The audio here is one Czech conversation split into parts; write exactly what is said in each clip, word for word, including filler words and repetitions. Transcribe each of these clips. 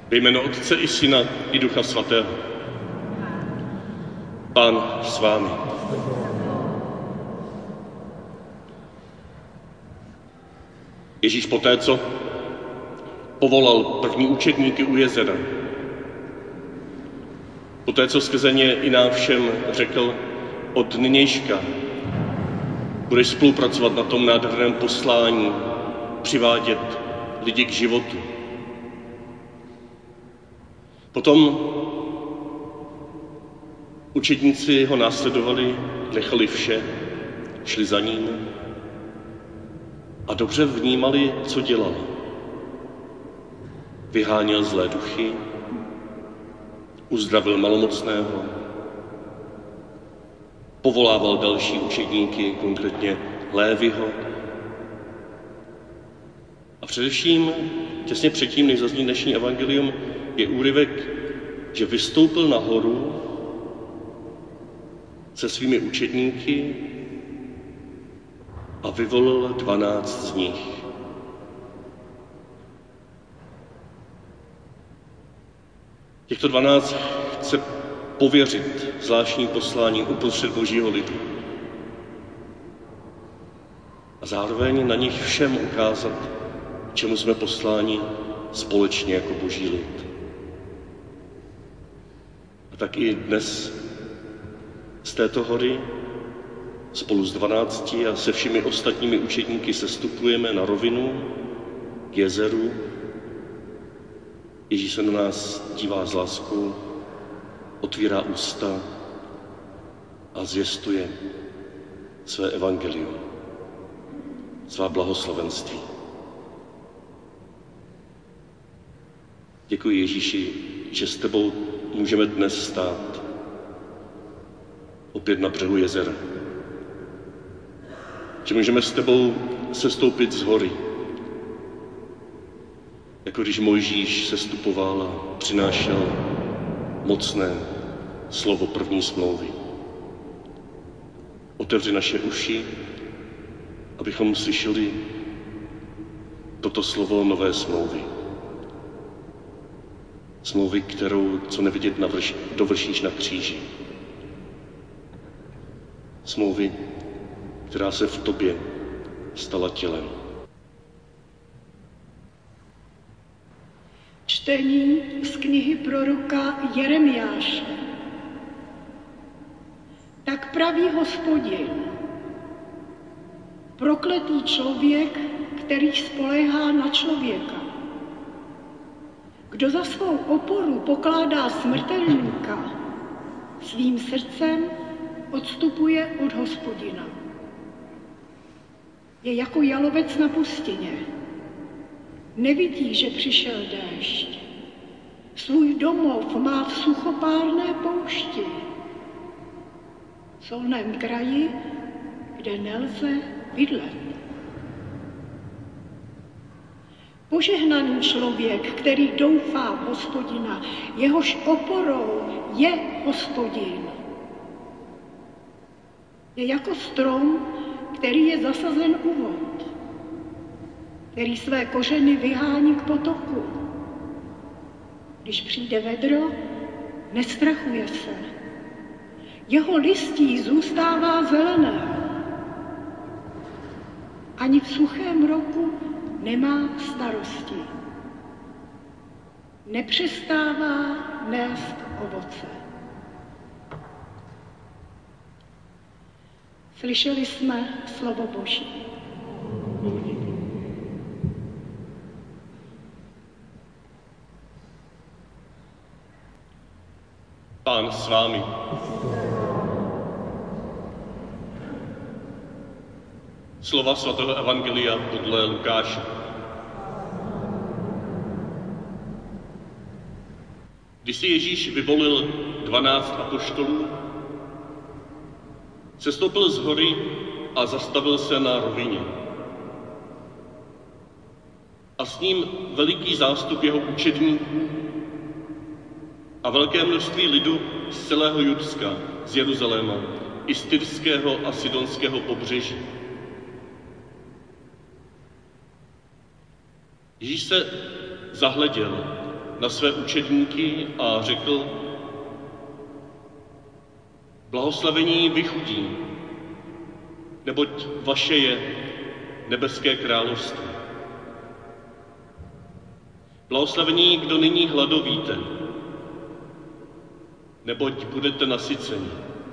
Ve jménu Otce i Syna i Ducha Svatého. Pán s vámi. Ježíš poté, co povolal první učedníky u jezera, poté, co skrze ně i nám všem řekl, od nynějška budeš spolupracovat na tom nádherném poslání, přivádět lidi k životu. Potom učedníci ho následovali, nechali vše, šli za ním a dobře vnímali, co dělal. Vyháněl zlé duchy, uzdravil malomocného, povolával další učedníky, konkrétně Léviho. A především, těsně předtím, než zazní dnešní evangelium, je úryvek, že vystoupil nahoru se svými učedníky a vyvolil dvanáct z nich. Těchto dvanáct chce pověřit zvláštním posláním uprostřed božího lidu. A zároveň na nich všem ukázat, čemu jsme posláni společně jako boží lid. A tak i dnes z této hory spolu s dvanácti a se všemi ostatními učedníky sestupujeme na rovinu k jezeru. Ježíš se na nás dívá s láskou, otvírá ústa a zvěstuje své evangelium, svá blahoslavenství. Děkuji Ježíši, že s tebou můžeme dnes stát opět na břehu jezera. Že můžeme s tebou sestoupit z hory, jako když Mojžíš sestupoval a přinášel mocné slovo první smlouvy. Otevři naše uši, abychom slyšeli toto slovo nové smlouvy. Smlouvy, kterou, co nevidět, navrš, dovršíš na kříži. Smlouvy, která se v tobě stala tělem. Čtení z knihy proroka Jeremiáše. Tak praví Hospodin, prokletý člověk, který spoléhá na člověka. Kdo za svou oporu pokládá smrtelníka, svým srdcem odstupuje od Hospodina. Je jako jalovec na pustině. Nevidí, že přišel déšť. Svůj domov má v suchopárné poušti, v solném kraji, kde nelze bydlet. Požehnaný člověk, který doufá v Hospodina, jehož oporou je Hospodin. Je jako strom, který je zasazen u vod, který své kořeny vyhání k potoku. Když přijde vedro, nestrachuje se. Jeho listí zůstává zelené. Ani v suchém roku nemá starosti. Nepřestává nést ovoce. Slyšeli jsme slovo Boží. Pán s vámi. Slova svatého evangelia podle Lukáše. Když si Ježíš vyvolil dvanáct apoštolů, sestoupil z hory a zastavil se na rovině. A s ním veliký zástup jeho učedníků a velké množství lidu z celého Judska, z Jeruzaléma, i z Tyrského a Sidonského pobřeží. Ježíš se zahleděl na své učedníky a řekl: Blahoslavení vy chudí, neboť vaše je nebeské království. Blahoslavení, kdo nyní hladovíte, neboť budete nasyceni.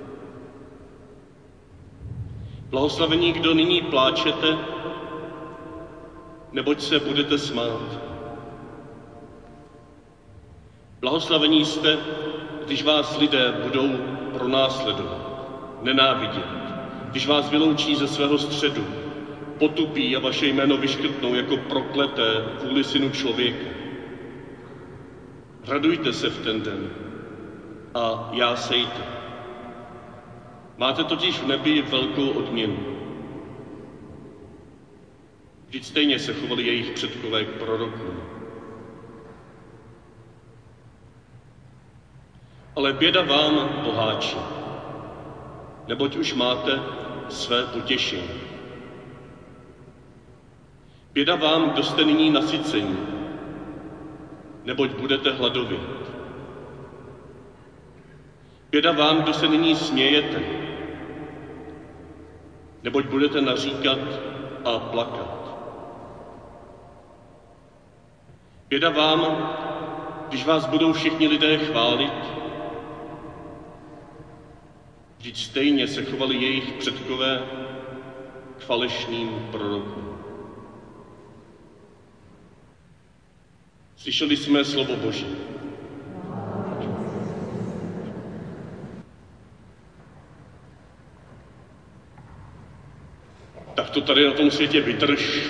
Blahoslavení, kdo nyní pláčete, neboť se budete smát. Blahoslavení jste, když vás lidé budou pronásledovat, nenávidět, když vás vyloučí ze svého středu, potupí a vaše jméno vyškrtnou jako prokleté kvůli Synu člověka. Radujte se v ten den a jásejte. Máte totiž v nebi velkou odměnu. Vždyť stejně se chovali jejich předkové k prorokům. Ale běda vám, boháči, neboť už máte své potěšení. Běda vám, kdo jste nyní nasycení, neboť budete hladovět. Běda vám, kdo se nyní smějete, neboť budete naříkat a plakat. Běda vám, když vás budou všichni lidé chválit, vždyť stejně se chovali jejich předkové k falešným prorokům. Slyšeli jsme slovo Boží. Tak to tady na tom světě vydrž.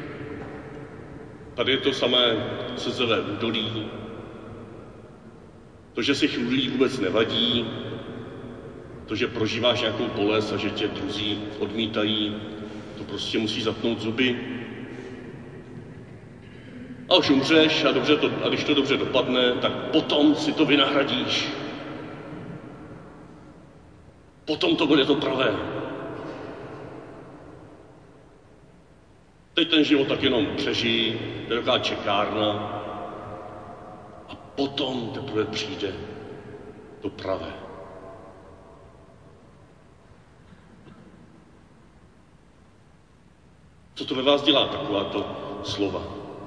Tady je to samé slzové údolí. To, že si chudý, vůbec nevadí. To, že prožíváš nějakou bolest a že tě druzí odmítají, to prostě musí zatnout zuby. A už umřeš a, dobře to, a když to dobře dopadne, tak potom si to vynahradíš. Potom to bude to pravé. Teď ten život tak jenom přežij, to je taková čekárna a potom teprve přijde to pravé. Co to ve vás dělá, takováto slova?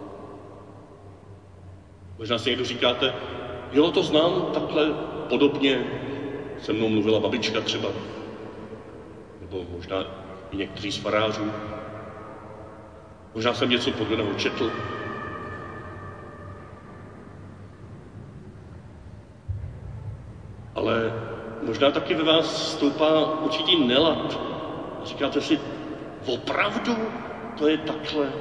Možná si někdo říkáte, jo, to znám, takhle podobně se mnou mluvila babička třeba, nebo možná i někteří z farářů. Možná jsem něco podobného četl. Ale možná taky ve vás stoupá určitý nelad. A říkáte si, opravdu to je takhle?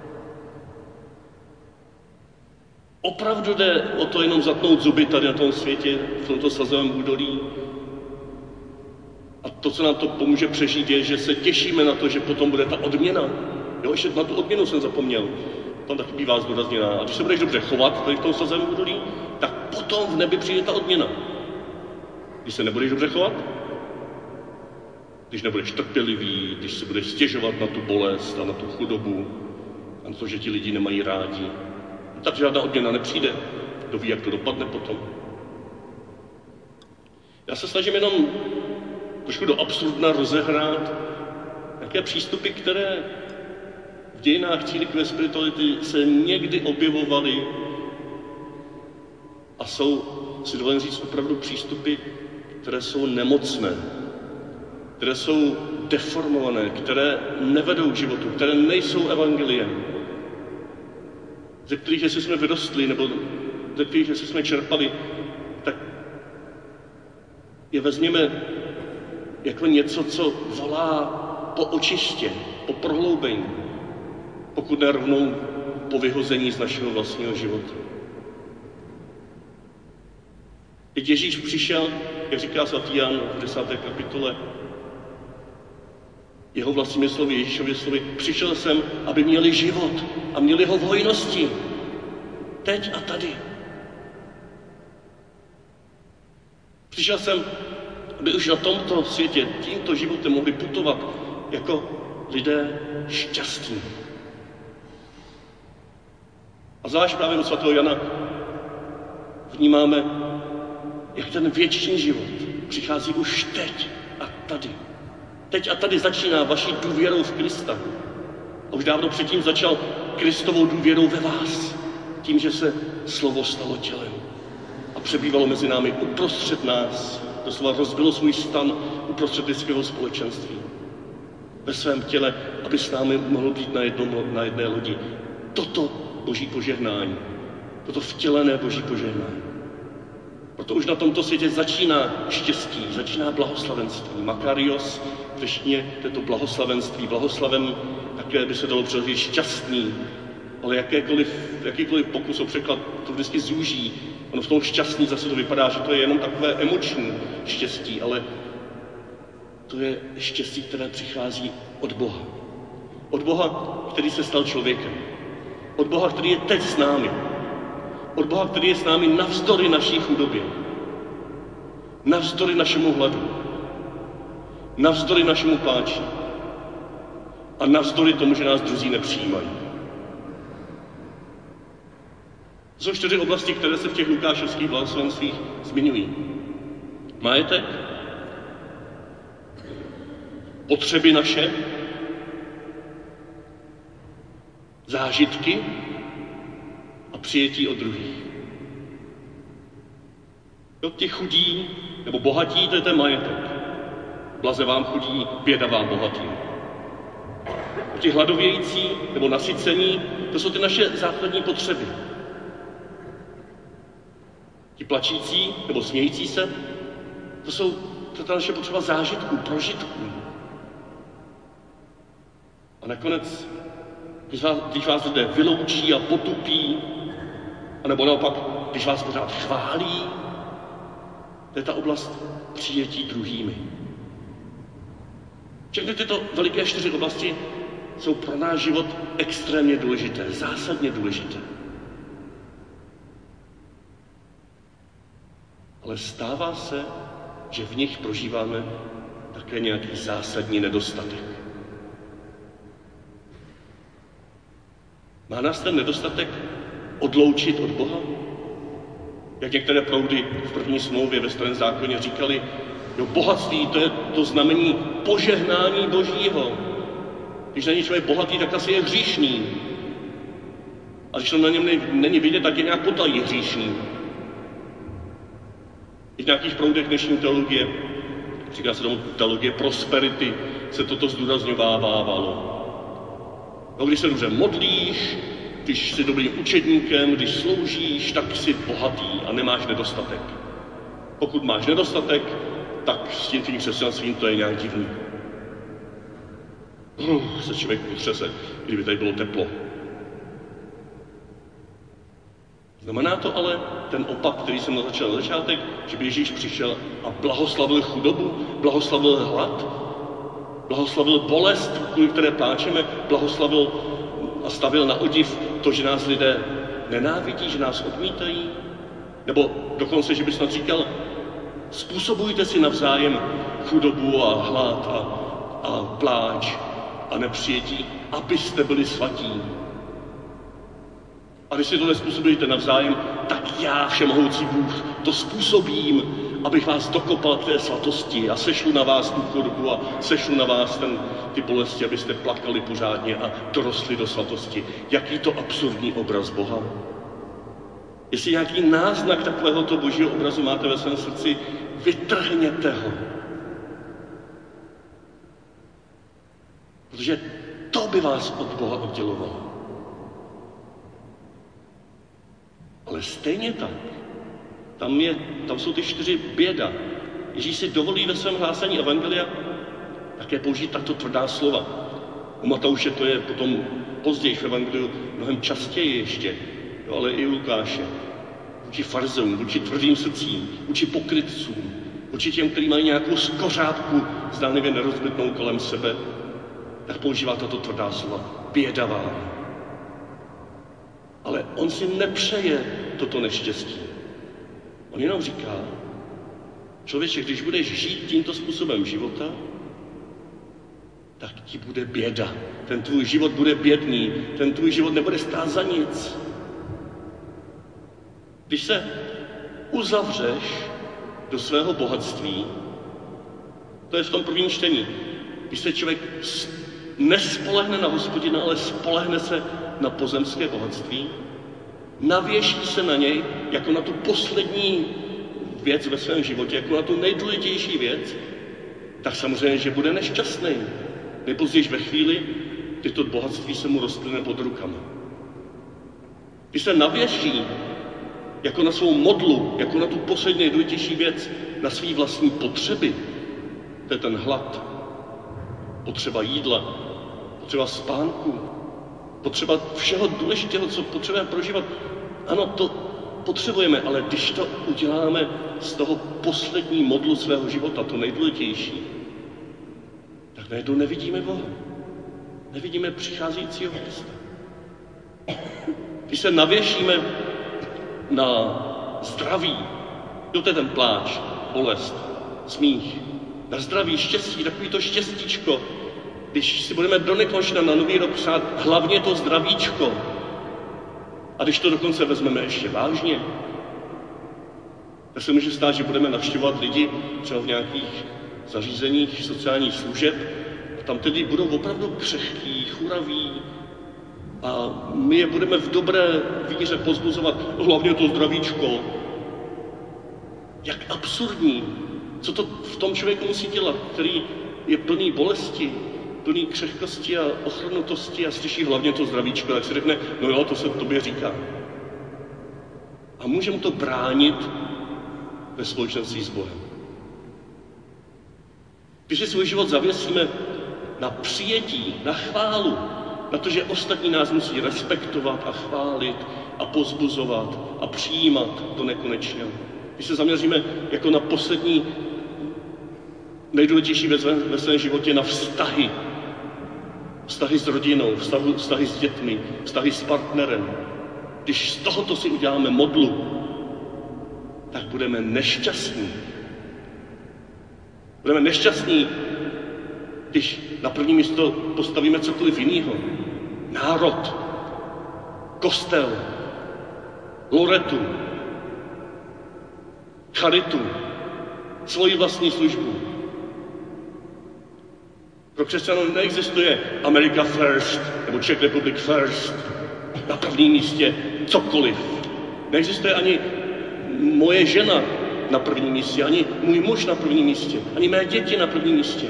Opravdu jde o to jenom zatnout zuby tady na tom světě, v tomto slzovém údolí? A to, co nám to pomůže přežít, je, že se těšíme na to, že potom bude ta odměna. Jo, ještě na tu odměnu jsem zapomněl. Tam taky bývá zdůrazněná. A když se budeš dobře chovat tady v tom slzovém údolí, tak potom v nebi přijde ta odměna. Když se nebudeš dobře chovat, když nebudeš trpělivý, když se budeš stěžovat na tu bolest a na tu chudobu a na to, že ti lidi nemají rádi, tak žádná odměna nepřijde. Kdo ví, jak to dopadne potom. Já se snažím jenom trošku do absurdna rozehrát nějaké přístupy, které v dějinách církve spirituality se někdy objevovaly a jsou, si dovolím říct, opravdu přístupy, které jsou nemocné, které jsou deformované, které nevedou k životu, které nejsou evangeliem, ze kterých, jestli jsme vyrostli, nebo ze kterých, jestli jsme čerpali, tak je vezměme jako něco, co volá po očiště, po prohloubení, pokud ne rovnou po vyhození z našeho vlastního života. Teď Ježíš přišel, jak říká svatý Jan v desáté kapitole, jeho vlastními slovy, Ježíšově slovy, přišel jsem, aby měli život a měli ho v hojnosti. Teď a tady. Přišel jsem, aby už na tomto světě tímto životem mohli putovat jako lidé šťastní. A zvlášť právě do svatého Jana vnímáme, jak ten věčný život přichází už teď a tady. Teď a tady začíná vaší důvěrou v Krista. A už dávno předtím začal Kristovou důvěrou ve vás. Tím, že se slovo stalo tělem a přebývalo mezi námi uprostřed nás. Doslova rozbilo svůj stan uprostřed lidského společenství. Ve svém těle, aby s námi mohl být na, jednom, na jedné lodi. Toto boží požehnání. Toto vtělené boží požehnání. Proto už na tomto světě začíná štěstí, začíná blahoslavenství. Makarios, v dnešně to je to blahoslavenství. Blahoslavem také by se dalo přeložit šťastný, ale jakékoliv, jakýkoliv pokus o překlad to vždycky zúží. Ono v tom šťastný zase to vypadá, že to je jenom takové emoční štěstí, ale to je štěstí, které přichází od Boha. Od Boha, který se stal člověkem. Od Boha, který je teď s námi. Od Boha, který je s námi navzdory naší chudobě. Navzdory našemu hladu. Navzdory našemu pláči. A navzdory tomu, že nás druzí nepřijímají. To jsou čtyři oblasti, které se v těch lukášovských blahoslavenstvích zmiňují. Majetek, potřeby naše, zážitky a přijetí od druhých. Jo, ti chudí nebo bohatí, to je ten majetek. Blaze vám chudí, běda vám bohatým. Ti hladovějící nebo nasycení, to jsou ty naše základní potřeby. Ti plačící nebo smějící se, to jsou to ta naše potřeba zážitků, prožitků. A nakonec, když vás, když vás lidé vyloučí a potupí, anebo naopak, když vás pořád chválí, to je ta oblast přijetí druhými. Všechny tyto veliké čtyři oblasti jsou pro náš život extrémně důležité, zásadně důležité. Ale stává se, že v nich prožíváme také nějaký zásadní nedostatek. Má nás ten nedostatek odloučit od Boha? Jak některé proudy v první smlouvě ve Starém zákoně říkali, jo, bohatství, to je to znamení požehnání Božího. Když není člověk bohatý, tak asi je hříšný. A když to na něm není vidět, tak je nějak potají hříšný. I v nějakých proudech dnešní teologie, říká se tomu teologie prosperity, se toto zdůrazňovávalo. No, když se dobře modlíš, když jsi dobrým učedníkem, když sloužíš, tak jsi bohatý a nemáš nedostatek. Pokud máš nedostatek, tak s tím tvým křesťanstvím to je nějak divný. Uh, se člověk potřese, kdyby tady bylo teplo. Znamená to ale ten opak, který jsem naznačil na začátek, že by Ježíš přišel a blahoslavil chudobu, blahoslavil hlad, blahoslavil bolest, kvůli které pláčeme, blahoslavil a stavil na odiv to, že nás lidé nenávidí, že nás odmítají, nebo dokonce, že by snad říkal, způsobujte si navzájem chudobu a hlad a, a pláč a nepřijetí, abyste byli svatí. A když si to nezpůsobíte navzájem, tak já, všemohoucí Bůh, to způsobím, abych vás dokopal k té svatosti a sešlu na vás tu chudobu a sešlu na vás ten, ty bolesti, abyste plakali pořádně a dorostli do svatosti. Jaký to absurdní obraz Boha. Jestli nějaký náznak takovéhoto božího obrazu máte ve svém srdci, vytrhněte ho. Protože to by vás od Boha oddělovalo. Ale stejně tak, tam, je, tam jsou ty čtyři běda. Ježíš si dovolí ve svém hlásání evangelia také použít takto tvrdá slova. U Matouše to je potom později v evangeliu mnohem častěji ještě, jo, ale i u Lukáše. Vůči farizeům, vůči tvrdým srdcím, vůči pokrytcům, vůči těm, kteří mají nějakou skořápku zdánlivě nerozbitnou kolem sebe, tak používá tato tvrdá slova. Běda vám. Ale on si nepřeje toto neštěstí. On jenom říká, člověče, když budeš žít tímto způsobem života, tak ti bude běda. Ten tvůj život bude bědný, ten tvůj život nebude stát za nic. Když se uzavřeš do svého bohatství, to je v tom prvním čtení, když se člověk nespolehne na Hospodina, ale spolehne se na pozemské bohatství, navěší se na něj jako na tu poslední věc ve svém životě, jako na tu nejdůležitější věc, tak samozřejmě, že bude nešťastný. Nejpozději ve chvíli, kdy to bohatství se mu rozplyne pod rukama. Když se navěší jako na svou modlu, jako na tu poslední nejdůležitější věc, na svý vlastní potřeby, to je ten hlad, potřeba jídla, potřeba spánku, potřeba všeho důležitého, co potřebujeme prožívat. Ano, to potřebujeme, ale když to uděláme z toho poslední modlu svého života, to nejdůležitější, tak najednou nevidíme Boha. Nevidíme přicházejícího Krista. Když se navěšíme na zdraví, to je ten pláč, bolest, smích, na zdraví, štěstí, takový to štěstíčko, když si budeme do nekonečna na nový rok přát hlavně to zdravíčko, a když to dokonce vezmeme ještě vážně, tak se může stát, že budeme navštěvovat lidi třeba v nějakých zařízeních sociálních služeb a tam tedy budou opravdu křehký, churaví a my je budeme v dobré víře pozbuzovat, hlavně to zdravíčko. Jak absurdní, co to v tom člověku musí dělat, který je plný bolesti, plný křehkosti a ochrnutosti a slyší hlavně to zdravíčko, tak si řekne, no jo, to se tobě říká. A může mu to bránit ve společenství s Bohem. Když si svůj život zavěsíme na přijetí, na chválu, na to, že ostatní nás musí respektovat a chválit a pozbuzovat a přijímat do nekonečna. Když se zaměříme jako na poslední nejdůležitější věc ve svém životě, na vztahy. Vztahy s rodinou, vztahy, vztahy s dětmi, vztahy s partnerem. Když z tohoto si uděláme modlu, tak budeme nešťastní. Budeme nešťastní, když na první místo postavíme cokoliv jiného. Národ, kostel, Loretu, charitu, svoji vlastní službu. Pro křesťanů neexistuje America first nebo Czech Republic first, na prvním místě cokoliv. Neexistuje ani moje žena na prvním místě, ani můj muž na prvním místě, ani mé děti na prvním místě.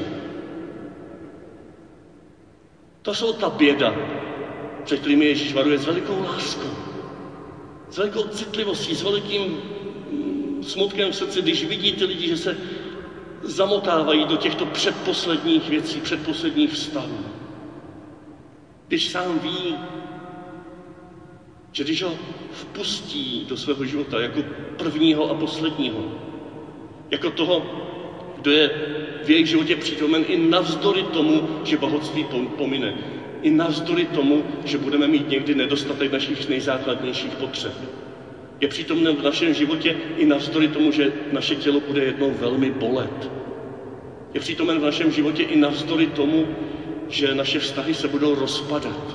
To jsou ta běda, před kterými Ježíš varuje s velikou láskou, s velikou citlivostí, s velikým smutkem v srdci, když vidí ty lidi, že se zamotávají do těchto předposledních věcí, předposledních vztahů. Když sám ví, že když ho vpustí do svého života jako prvního a posledního, jako toho, kdo je v jejich životě přítomen i navzdory tomu, že bohatství pomine, i navzdory tomu, že budeme mít někdy nedostatek našich nejzákladnějších potřeb. Je přítomen v našem životě i navzdory tomu, že naše tělo bude jednou velmi bolet. Je přítomen v našem životě i navzdory tomu, že naše vztahy se budou rozpadat.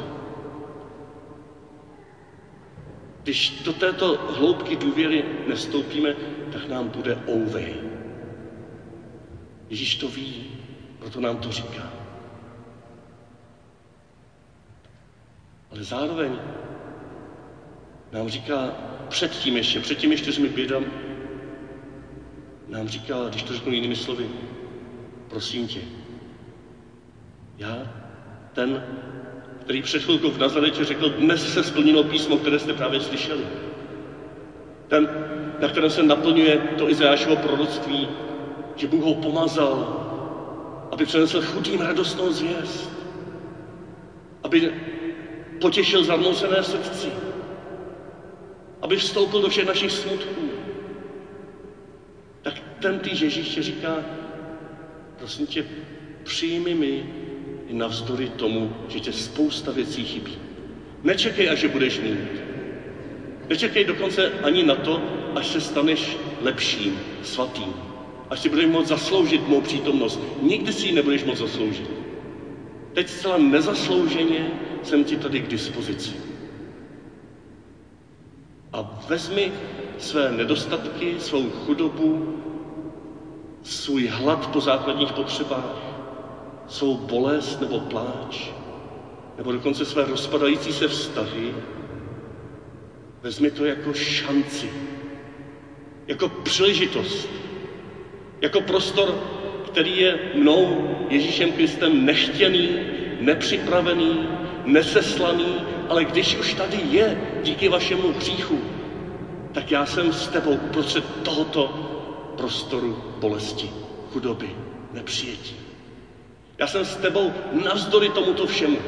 Když do této hloubky důvěry nestoupíme, tak nám bude ouvej. Ježíš to ví, proto nám to říká. Ale zároveň nám říká předtím ještě, před těmi čtyřmi bědami, nám říká, když to řeknu jinými slovy, prosím tě, já, ten, který před chvilkou v Nazaretě řekl, dnes se splnilo písmo, které jste právě slyšeli. Ten, na kterém se naplňuje to Izajášovo proroctví, že Bůh ho pomazal, aby přinesl chudým radostnou zvěst, aby potěšil zarmoucené srdci, aby vstoupil do všech našich smutků. Tak ten týž Ježíš tě říká, prosím tě, přijmi mi i navzdory tomu, že tě spousta věcí chybí. Nečekej, až je budeš mít. Nečekej dokonce ani na to, až se staneš lepším, svatým. Až si budeš moct zasloužit mou přítomnost. Nikdy si ji nebudeš moct zasloužit. Teď zcela nezaslouženě jsem ti tady k dispozici. A vezmi své nedostatky, svou chudobu, svůj hlad po základních potřebách, svou bolest nebo pláč, nebo dokonce své rozpadající se vztahy, vezmi to jako šanci, jako příležitost, jako prostor, který je mnou, Ježíšem Kristem, nechtěný, nepřipravený, neseslaný, ale když už tady je díky vašemu hříchu, tak já jsem s tebou uprostřed tohoto prostoru bolesti, chudoby, nepřijetí. Já jsem s tebou navzdory tomuto všemu.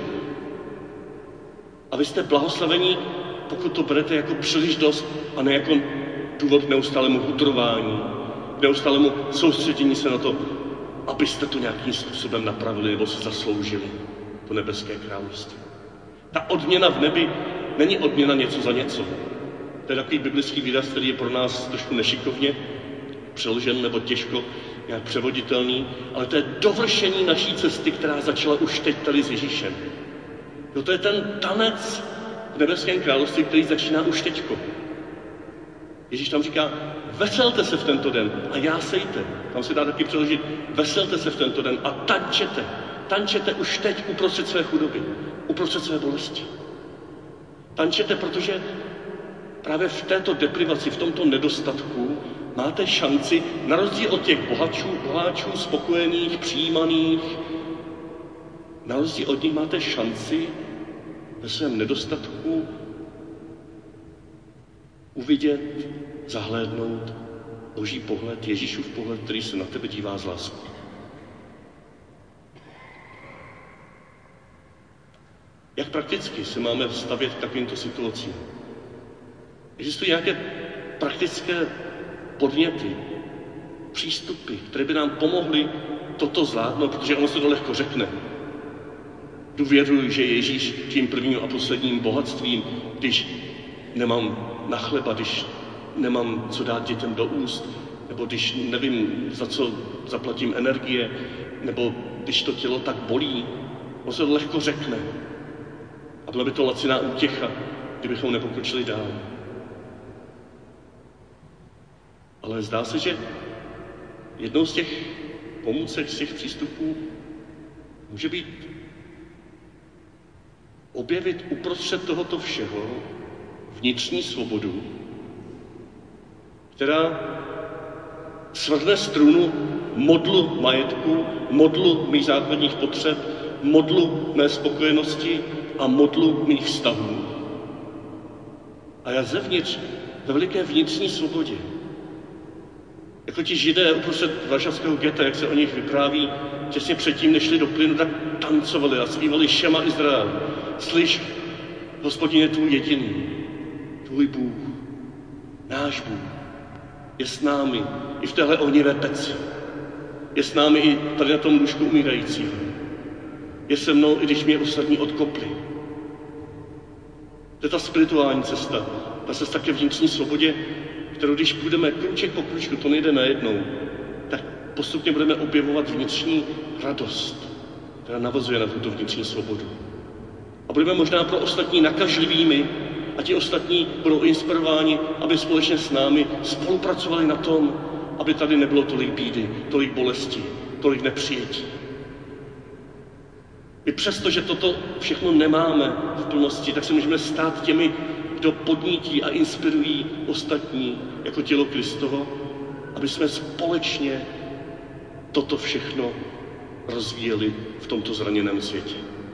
A vy jste blahoslavení, pokud to berete jako příležitost a ne jako důvod k neustálému hudrování, k neustálému soustředění se na to, abyste to nějakým způsobem napravili nebo si zasloužili to nebeské království. Ta odměna v nebi není odměna něco za něco. To je takový biblický výraz, který je pro nás trošku nešikovně přeložen nebo těžko nějak převoditelný, ale to je dovršení naší cesty, která začala už teď tady s Ježíšem. Jo, to je ten tanec v nebeském království, který začíná už teďko. Ježíš tam říká, veselte se v tento den a jásejte. Tam se dá taky přeložit, veselte se v tento den a tančete. Tančete už teď uprostřed své chudoby, uprostřed své bolesti. Tančete, protože právě v této deprivaci, v tomto nedostatku máte šanci, na rozdíl od těch bohatčů, boháčů, spokojených, přijímaných, na rozdíl od nich máte šanci ve svém nedostatku uvidět, zahlédnout Boží pohled, Ježíšův pohled, který se na tebe dívá z láskou. Jak prakticky se máme stavět k takovýmto situacím? Existují nějaké praktické podněty, přístupy, které by nám pomohly toto zvládnout, protože ono se to lehko řekne. Důvěřuji, že Ježíš tím prvním a posledním bohatstvím, když nemám na chleba, když nemám co dát dětem do úst, nebo když nevím, za co zaplatím energie, nebo když to tělo tak bolí, ono se to lehko řekne. A byla by to laciná útěcha, kdybychom nepokročili dál. Ale zdá se, že jednou z těch pomůcek, z těch přístupů může být objevit uprostřed tohoto všeho vnitřní svobodu, která svrhne strunu modlu majetku, modlu mých základních potřeb, modlu mé spokojenosti a modlu mých vztahů. A já zevnitř ve veliké vnitřní svobodě. Jako ti Židé uprostřed varšavského geta, jak se o nich vypráví, těsně předtím, než šli do plynu, tak tancovali a zpívali Šema Izrael. Slyš, Hospodin je tvůj jediný, tvůj Bůh, náš Bůh. Je s námi i v téhle ohnivé peci. Je s námi i tady na tom lůžku umírajícího. Je se mnou, i když mě ostatní odkopli. To je ta spirituální cesta, ta cesta ke vnitřní svobodě, kterou když půjdeme kruček po kručku, to nejde najednou, tak postupně budeme objevovat vnitřní radost, která navazuje na tuto vnitřní svobodu. A budeme možná pro ostatní nakažlivými a ti ostatní budou inspirováni, aby společně s námi spolupracovali na tom, aby tady nebylo tolik bídy, tolik bolesti, tolik nepřijetí. I přesto, že toto všechno nemáme v plnosti, tak se můžeme stát těmi, kdo podnítí a inspirují ostatní jako tělo Kristovo, aby jsme společně toto všechno rozvíjeli v tomto zraněném světě.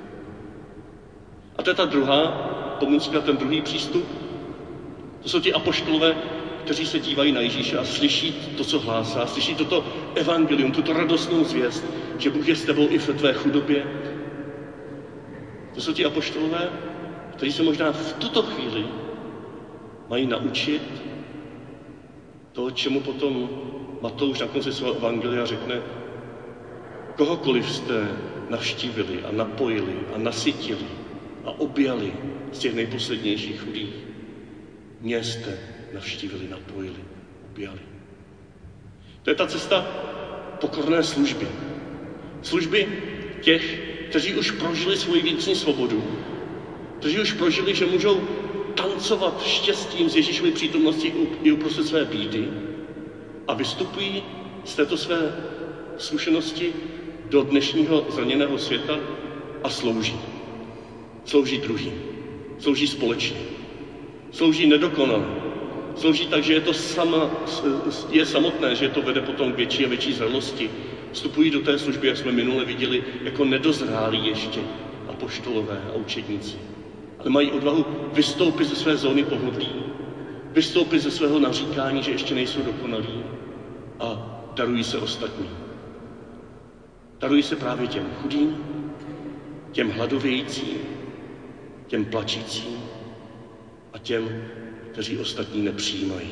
A to je ta druhá pomůcka, ten druhý přístup. To jsou ti apoštolové, kteří se dívají na Ježíše a slyší to, co hlásá, slyší toto evangelium, tuto radostnou zvěst, že Bůh je s tebou i v tvé chudobě. To jsou ti apoštolové, kteří se možná v tuto chvíli mají naučit to, čemu potom Matouš na konci svého evangelia řekne, kohokoliv jste navštívili a napojili a nasytili a objali z těch nejposlednějších chudých, mě jste navštívili, napojili, objali. To je ta cesta pokorné služby. Služby těch, kteří už prožili svoji vnitřní svobodu, kteří už prožili, že můžou tancovat štěstím z Ježíšovy přítomnosti i uprostřed své bídy a vystupují z této své zkušenosti do dnešního zraněného světa a slouží. Slouží druhým. Slouží společně. Slouží nedokonale. Slouží tak, že je to sama, je samotné, že to vede potom k větší a větší zralosti. Vstupují do té služby, jak jsme minule viděli, jako nedozrálí ještě apoštolové a učedníci. Ale mají odvahu vystoupit ze své zóny pohodlí, vystoupit ze svého naříkání, že ještě nejsou dokonalí a darují se ostatním. Darují se právě těm chudým, těm hladovějícím, těm plačícím a těm, kteří ostatní nepřijímají.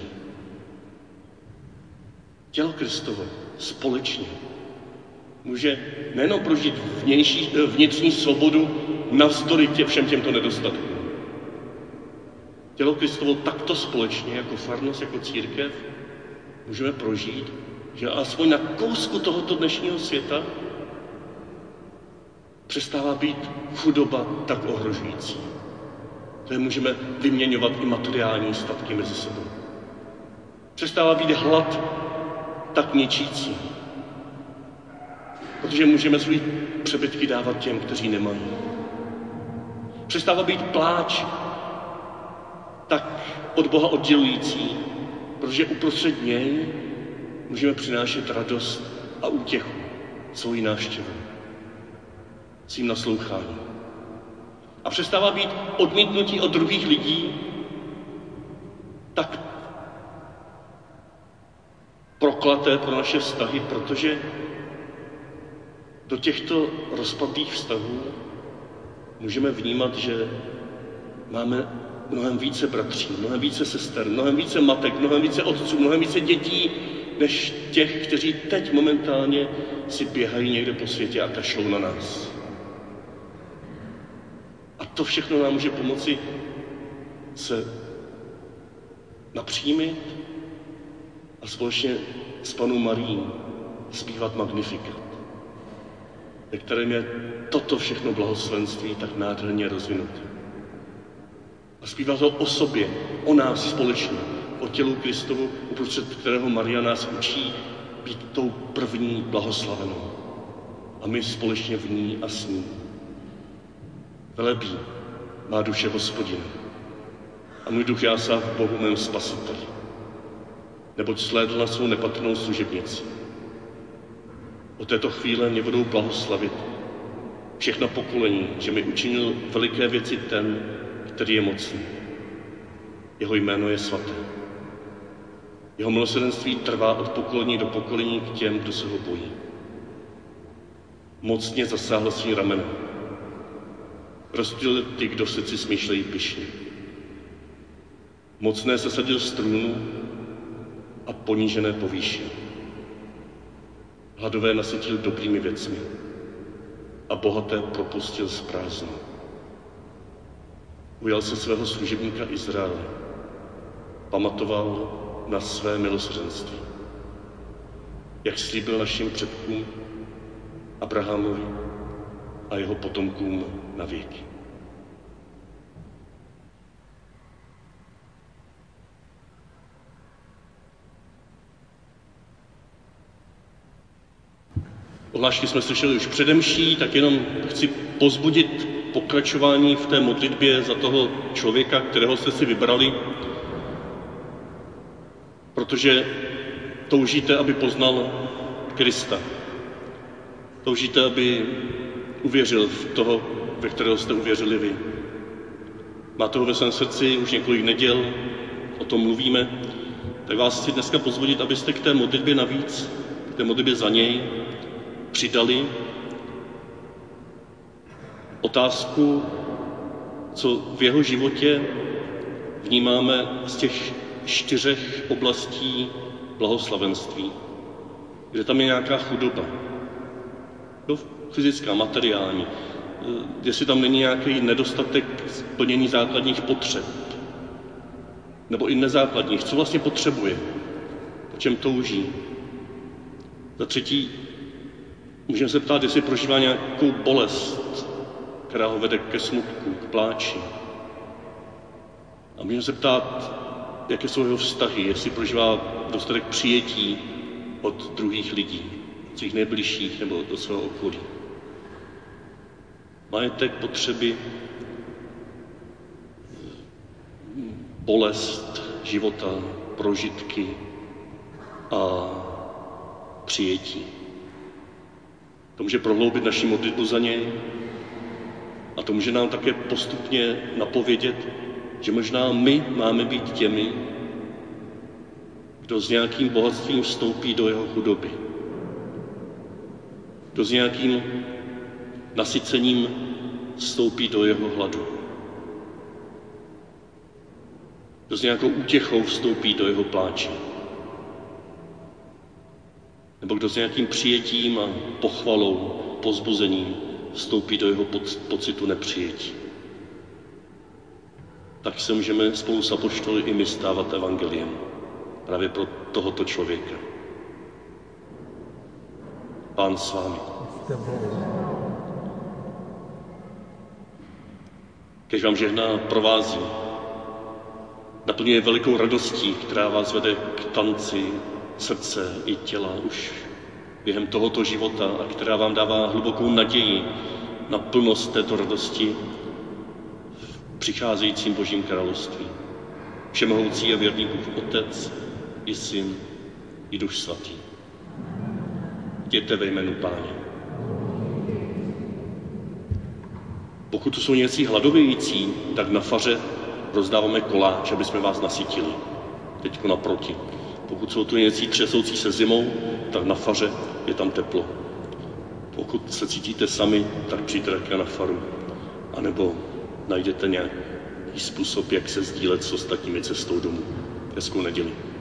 Tělo Kristovo společně může nejenom prožít vnější, vnitřní svobodu navzdory tě, všem těmto nedostatkům. Tělo Kristovo takto společně, jako farnost, jako církev, můžeme prožít, že aspoň na kousku tohoto dnešního světa přestává být chudoba tak ohrožující. To je můžeme vyměňovat i materiální statky mezi sebou. Přestává být hlad tak ničící, protože můžeme svůj přebytky dávat těm, kteří nemají. Přestává být pláč tak od Boha oddělující, protože uprostřed něj můžeme přinášet radost a útěchu svojí návštěvou, svým nasloucháním. A přestává být odmítnutí od druhých lidí tak proklaté pro naše vztahy, protože do těchto rozpadlých vztahů můžeme vnímat, že máme mnohem více bratří, mnohem více sester, mnohem více matek, mnohem více otců, mnohem více dětí, než těch, kteří teď momentálně si běhají někde po světě a kašlou na nás. A to všechno nám může pomoci se napřímit a společně s Pannou Marií zpívat Magnificat, ve kterém je toto všechno blahoslovenství tak nádherně rozvinuté. A zpívat ho o sobě, o nás společně, o tělu Kristovu, uprostřed kterého Maria nás učí být tou první blahoslavenou. A my společně v ní a s ní. Velebí má duše Hospodina a můj duch jásá v Bohu mém spasiteli, neboť slédl na svou nepatrnou služebnici. Od této chvíle mě budou blahoslavit všechna pokolení, že mi učinil veliké věci ten, který je mocný. Jeho jméno je svaté. Jeho milosrdenství trvá od pokolení do pokolení k těm, kdo se ho bojí. Mocně zasáhl svým ramenem. Rozptýlil ty, kdo v srdci smýšlejí pyšně. Mocné zasadil z trůnu a ponížené povýšil. Hladové nasytil dobrými věcmi a bohaté propustil z prázdna. Ujal se svého služebníka Izraele, pamatoval na své milosrdenství, jak slíbil našim předkům Abrahamovi a jeho potomkům na věky. Ohlášky jsme slyšeli už předemší, tak jenom chci povzbudit pokračování v té modlitbě za toho člověka, kterého jste si vybrali, protože toužíte, aby poznal Krista. Toužíte, aby uvěřil v toho, ve kterého jste uvěřili vy. Máte ho ve svém srdci už několik neděl, o tom mluvíme, tak vás chci dneska pozvodit, abyste k té modlitbě navíc, k té modlitbě za něj, přidali otázku, co v jeho životě vnímáme z těch čtyřech oblastí blahoslavenství, kde tam je nějaká chudoba. No, fyzická, materiální, jestli tam není nějaký nedostatek plnění základních potřeb, nebo i nezákladních, co vlastně potřebuje, po čem touží. Za třetí, můžeme se ptát, jestli prožívá nějakou bolest, která ho vede ke smutku, k pláči. A můžeme se ptát, jaké jsou jeho vztahy, jestli prožívá dostatek přijetí od druhých lidí, od svých nejbližších nebo do svého okolí. Majetek, potřeby, bolest života, prožitky a přijetí. To může prohloubit naši modlitbu za něj a to může nám také postupně napovědět, že možná my máme být těmi, kdo s nějakým bohatstvím vstoupí do jeho chudoby. Kdo s nějakým nasycením vstoupí do jeho hladu. Kdo s nějakou útěchou vstoupí do jeho pláče. Nebo kdo s nějakým přijetím a pochvalou, povzbuzením vstoupí do jeho pocitu nepřijetí. Tak se můžeme spolu s apoštoly i my stávat evangeliem právě pro tohoto člověka. Pán s vámi. Kež vám žehná provází, naplňuje velikou radostí, která vás vede k tanci srdce i těla už během tohoto života a která vám dává hlubokou naději na plnost této radosti v přicházejícím Božím království. Všemohoucí a věrný Bůh Otec i Syn i Duch Svatý. Jděte ve jménu Páně. Pokud tu jsou nějací hladovějící, tak na faře rozdáváme koláč, aby jsme vás nasytili. Teďko naproti. Pokud jsou tu nějací třesoucí se zimou, tak na faře je tam teplo. Pokud se cítíte sami, tak přijďte také na faru. A nebo najděte nějaký způsob, jak se sdílet s ostatními cestou domů. Hezkou neděli.